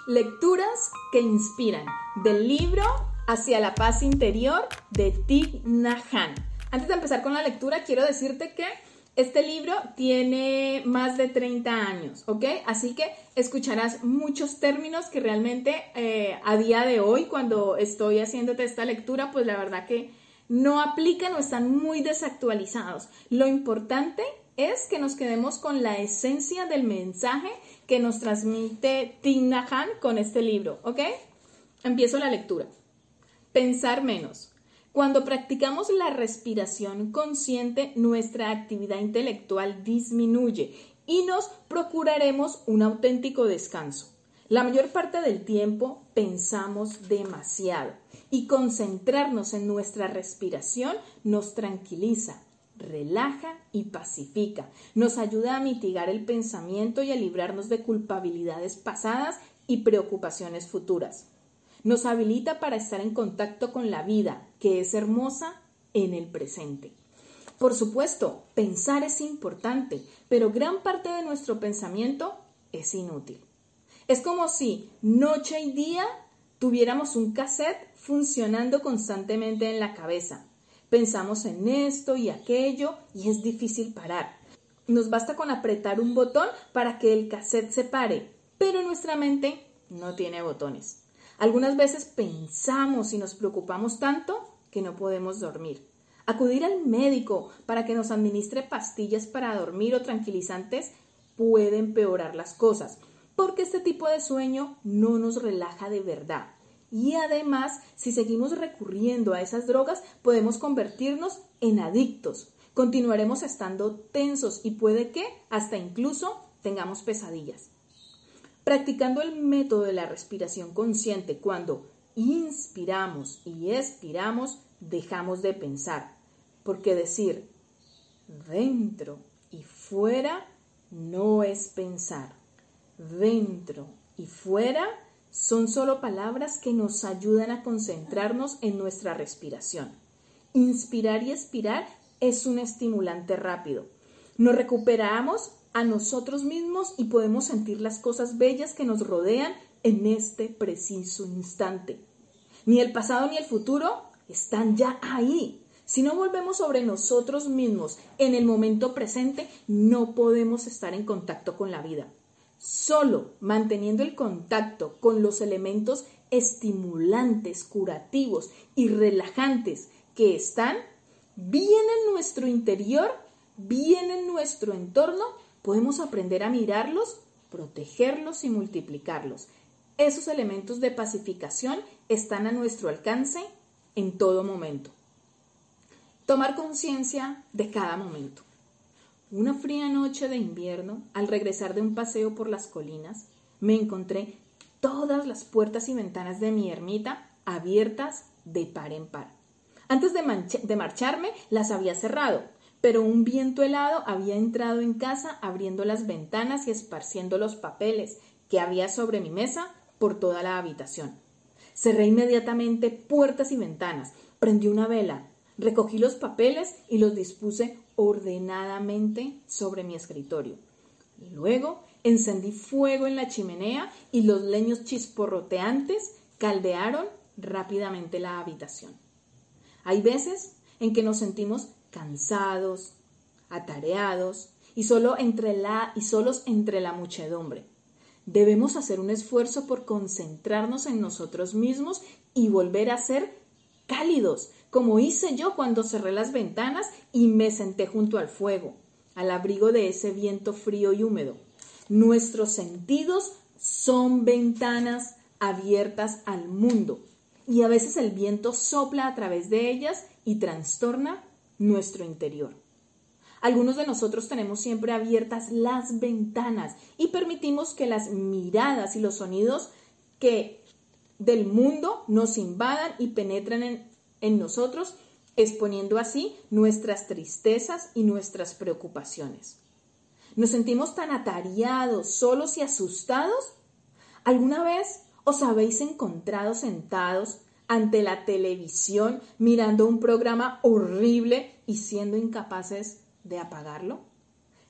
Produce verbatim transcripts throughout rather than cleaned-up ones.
Lecturas que inspiran, del libro Hacia la paz interior de Thich Nhat Hanh. Antes de empezar con la lectura, quiero decirte que este libro tiene más de treinta años, ¿ok? Así que escucharás muchos términos que realmente eh, a día de hoy, cuando estoy haciéndote esta lectura, pues la verdad que no aplican o están muy desactualizados. Lo importante es que nos quedemos con la esencia del mensaje que nos transmite Thich Nhat Hanh con este libro, ¿ok? Empiezo la lectura. Pensar menos. Cuando practicamos la respiración consciente, nuestra actividad intelectual disminuye y nos procuraremos un auténtico descanso. La mayor parte del tiempo pensamos demasiado y concentrarnos en nuestra respiración nos tranquiliza, relaja y pacifica. Nos ayuda a mitigar el pensamiento y a librarnos de culpabilidades pasadas y preocupaciones futuras. Nos habilita para estar en contacto con la vida, que es hermosa en el presente. Por supuesto, pensar es importante, pero gran parte de nuestro pensamiento es inútil. Es como si noche y día tuviéramos un cassette funcionando constantemente en la cabeza. Pensamos en esto y aquello y es difícil parar. Nos basta con apretar un botón para que el cassette se pare, pero nuestra mente no tiene botones. Algunas veces pensamos y nos preocupamos tanto que no podemos dormir. Acudir al médico para que nos administre pastillas para dormir o tranquilizantes puede empeorar las cosas, porque este tipo de sueño no nos relaja de verdad. Y además, si seguimos recurriendo a esas drogas, podemos convertirnos en adictos. Continuaremos estando tensos y puede que hasta incluso tengamos pesadillas. Practicando el método de la respiración consciente, cuando inspiramos y expiramos, dejamos de pensar, porque decir dentro y fuera no es pensar. Dentro y fuera son solo palabras que nos ayudan a concentrarnos en nuestra respiración. Inspirar y expirar es un estimulante rápido. Nos recuperamos a nosotros mismos y podemos sentir las cosas bellas que nos rodean en este preciso instante. Ni el pasado ni el futuro están ya ahí. Si no volvemos sobre nosotros mismos en el momento presente, no podemos estar en contacto con la vida. Solo manteniendo el contacto con los elementos estimulantes, curativos y relajantes que están bien en nuestro interior, bien en nuestro entorno, podemos aprender a mirarlos, protegerlos y multiplicarlos. Esos elementos de pacificación están a nuestro alcance en todo momento. Tomar conciencia de cada momento. Una fría noche de invierno, al regresar de un paseo por las colinas, me encontré todas las puertas y ventanas de mi ermita abiertas de par en par. Antes de, mancha- de marcharme, las había cerrado, pero un viento helado había entrado en casa abriendo las ventanas y esparciendo los papeles que había sobre mi mesa por toda la habitación. Cerré inmediatamente puertas y ventanas, prendí una vela, recogí los papeles y los dispuse ordenadamente sobre mi escritorio. Luego encendí fuego en la chimenea y los leños chisporroteantes caldearon rápidamente la habitación. Hay veces en que nos sentimos cansados, atareados y, solo entre la, y solos entre la muchedumbre. Debemos hacer un esfuerzo por concentrarnos en nosotros mismos y volver a ser cálidos, como hice yo cuando cerré las ventanas y me senté junto al fuego, al abrigo de ese viento frío y húmedo. Nuestros sentidos son ventanas abiertas al mundo y a veces el viento sopla a través de ellas y trastorna nuestro interior. Algunos de nosotros tenemos siempre abiertas las ventanas y permitimos que las miradas y los sonidos que del mundo nos invadan y penetren en, en nosotros, exponiendo así nuestras tristezas y nuestras preocupaciones. ¿Nos sentimos tan atareados, solos y asustados? ¿Alguna vez os habéis encontrado sentados ante la televisión mirando un programa horrible y siendo incapaces de apagarlo?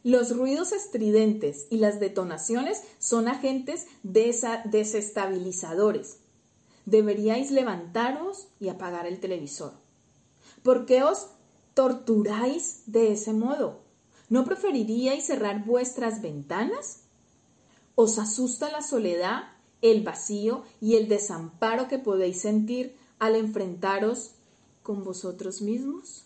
Los ruidos estridentes y las detonaciones son agentes desa- desestabilizadores. Deberíais levantaros y apagar el televisor. ¿Por qué os torturáis de ese modo? ¿No preferiríais cerrar vuestras ventanas? ¿Os asusta la soledad, el vacío y el desamparo que podéis sentir al enfrentaros con vosotros mismos?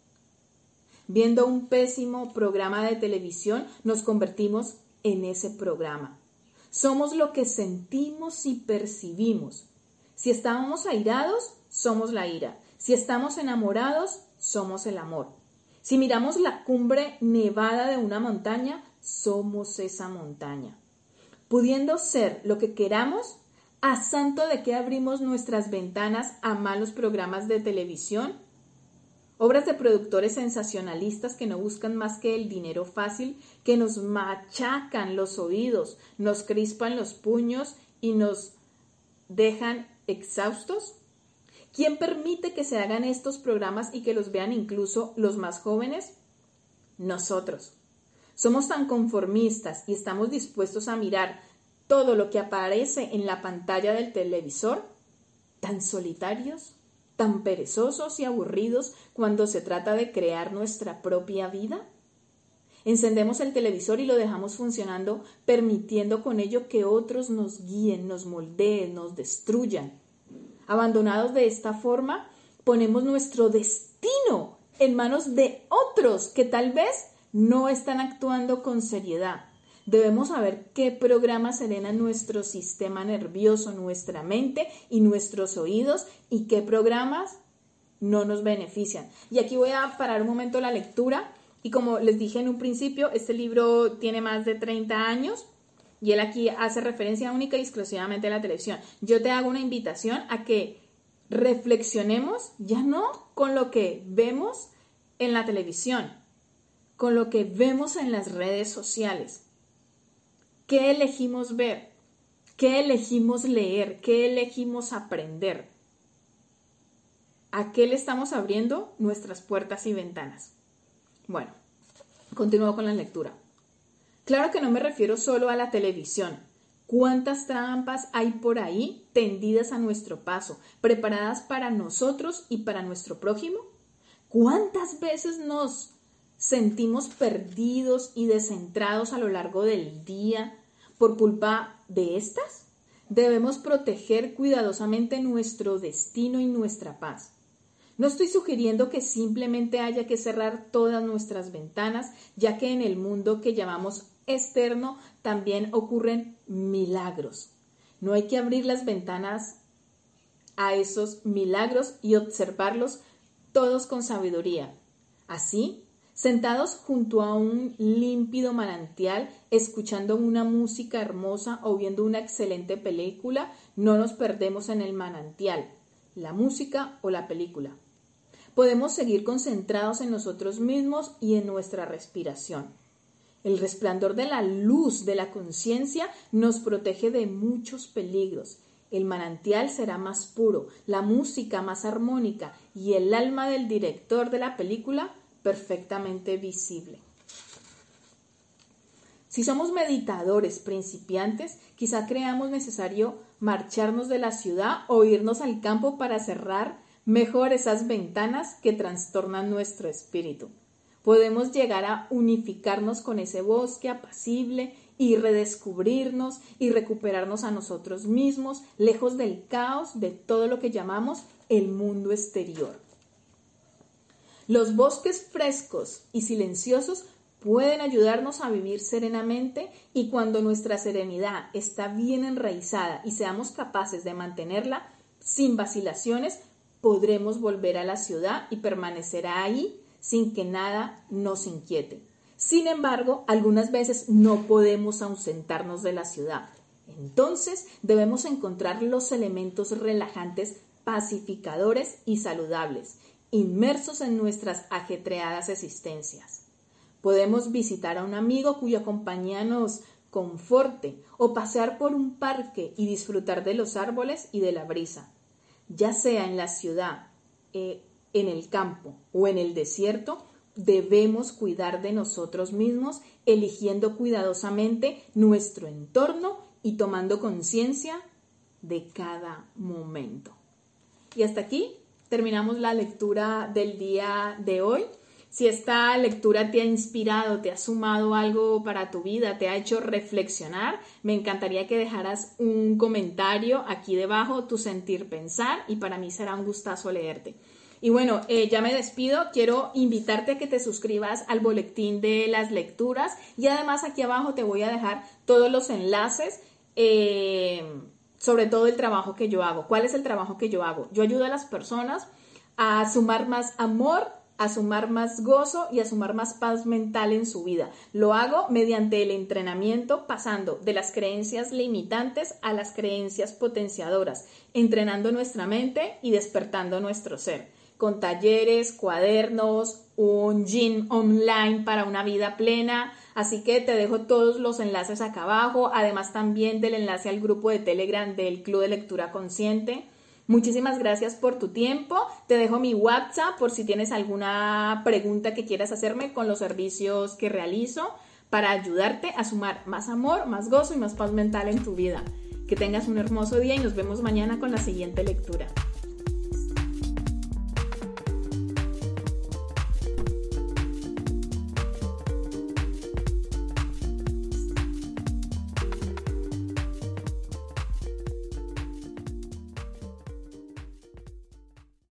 Viendo un pésimo programa de televisión, nos convertimos en ese programa. Somos lo que sentimos y percibimos. Si estamos airados, somos la ira. Si estamos enamorados, somos el amor. Si miramos la cumbre nevada de una montaña, somos esa montaña. Pudiendo ser lo que queramos, ¿a santo de qué abrimos nuestras ventanas a malos programas de televisión? Obras de productores sensacionalistas que no buscan más que el dinero fácil, que nos machacan los oídos, nos crispan los puños y nos dejan exhaustos. ¿Quién permite que se hagan estos programas y que los vean incluso los más jóvenes? Nosotros. Somos tan conformistas y estamos dispuestos a mirar todo lo que aparece en la pantalla del televisor, tan solitarios, tan perezosos y aburridos cuando se trata de crear nuestra propia vida. Encendemos el televisor y lo dejamos funcionando, permitiendo con ello que otros nos guíen, nos moldeen, nos destruyan. Abandonados de esta forma, ponemos nuestro destino en manos de otros que tal vez no están actuando con seriedad. Debemos saber qué programas serenan nuestro sistema nervioso, nuestra mente y nuestros oídos y qué programas no nos benefician. Y aquí voy a parar un momento la lectura y como les dije en un principio, este libro tiene más de treinta años y él aquí hace referencia única y exclusivamente a la televisión. Yo te hago una invitación a que reflexionemos ya no con lo que vemos en la televisión, con lo que vemos en las redes sociales. ¿Qué elegimos ver? ¿Qué elegimos leer? ¿Qué elegimos aprender? ¿A qué le estamos abriendo nuestras puertas y ventanas? Bueno, continúo con la lectura. Claro que no me refiero solo a la televisión. ¿Cuántas trampas hay por ahí tendidas a nuestro paso, preparadas para nosotros y para nuestro prójimo? ¿Cuántas veces nos sentimos perdidos y descentrados a lo largo del día por culpa de estas? Debemos proteger cuidadosamente nuestro destino y nuestra paz. No estoy sugiriendo que simplemente haya que cerrar todas nuestras ventanas, ya que en el mundo que llamamos externo también ocurren milagros. No hay que abrir las ventanas a esos milagros y observarlos todos con sabiduría. Así, sentados junto a un límpido manantial, escuchando una música hermosa o viendo una excelente película, no nos perdemos en el manantial, la música o la película. Podemos seguir concentrados en nosotros mismos y en nuestra respiración. El resplandor de la luz de la conciencia nos protege de muchos peligros. El manantial será más puro, la música más armónica y el alma del director de la película perfectamente visible. Si somos meditadores principiantes, quizá creamos necesario marcharnos de la ciudad o irnos al campo para cerrar mejor esas ventanas que trastornan nuestro espíritu. Podemos llegar a unificarnos con ese bosque apacible y redescubrirnos y recuperarnos a nosotros mismos, lejos del caos de todo lo que llamamos el mundo exterior. Los bosques frescos y silenciosos pueden ayudarnos a vivir serenamente y cuando nuestra serenidad está bien enraizada y seamos capaces de mantenerla sin vacilaciones, podremos volver a la ciudad y permanecer ahí sin que nada nos inquiete. Sin embargo, algunas veces no podemos ausentarnos de la ciudad. Entonces, debemos encontrar los elementos relajantes, pacificadores y saludables, inmersos en nuestras ajetreadas existencias. Podemos visitar a un amigo cuya compañía nos conforte o pasear por un parque y disfrutar de los árboles y de la brisa. Ya sea en la ciudad, eh, en el campo o en el desierto, debemos cuidar de nosotros mismos, eligiendo cuidadosamente nuestro entorno y tomando conciencia de cada momento. Y hasta aquí terminamos la lectura del día de hoy. Si esta lectura te ha inspirado, te ha sumado algo para tu vida, te ha hecho reflexionar, me encantaría que dejaras un comentario aquí debajo, tu sentir, pensar, y para mí será un gustazo leerte. Y bueno, eh, ya me despido. Quiero invitarte a que te suscribas al boletín de las lecturas y además aquí abajo te voy a dejar todos los enlaces eh, sobre todo el trabajo que yo hago. ¿Cuál es el trabajo que yo hago? Yo ayudo a las personas a sumar más amor, a sumar más gozo y a sumar más paz mental en su vida. Lo hago mediante el entrenamiento, pasando de las creencias limitantes a las creencias potenciadoras, entrenando nuestra mente y despertando nuestro ser, con talleres, cuadernos, un gym online para una vida plena. Así que te dejo todos los enlaces acá abajo, además también del enlace al grupo de Telegram del Club de Lectura Consciente. Muchísimas gracias por tu tiempo. Te dejo mi WhatsApp por si tienes alguna pregunta que quieras hacerme con los servicios que realizo para ayudarte a sumar más amor, más gozo y más paz mental en tu vida. Que tengas un hermoso día y nos vemos mañana con la siguiente lectura.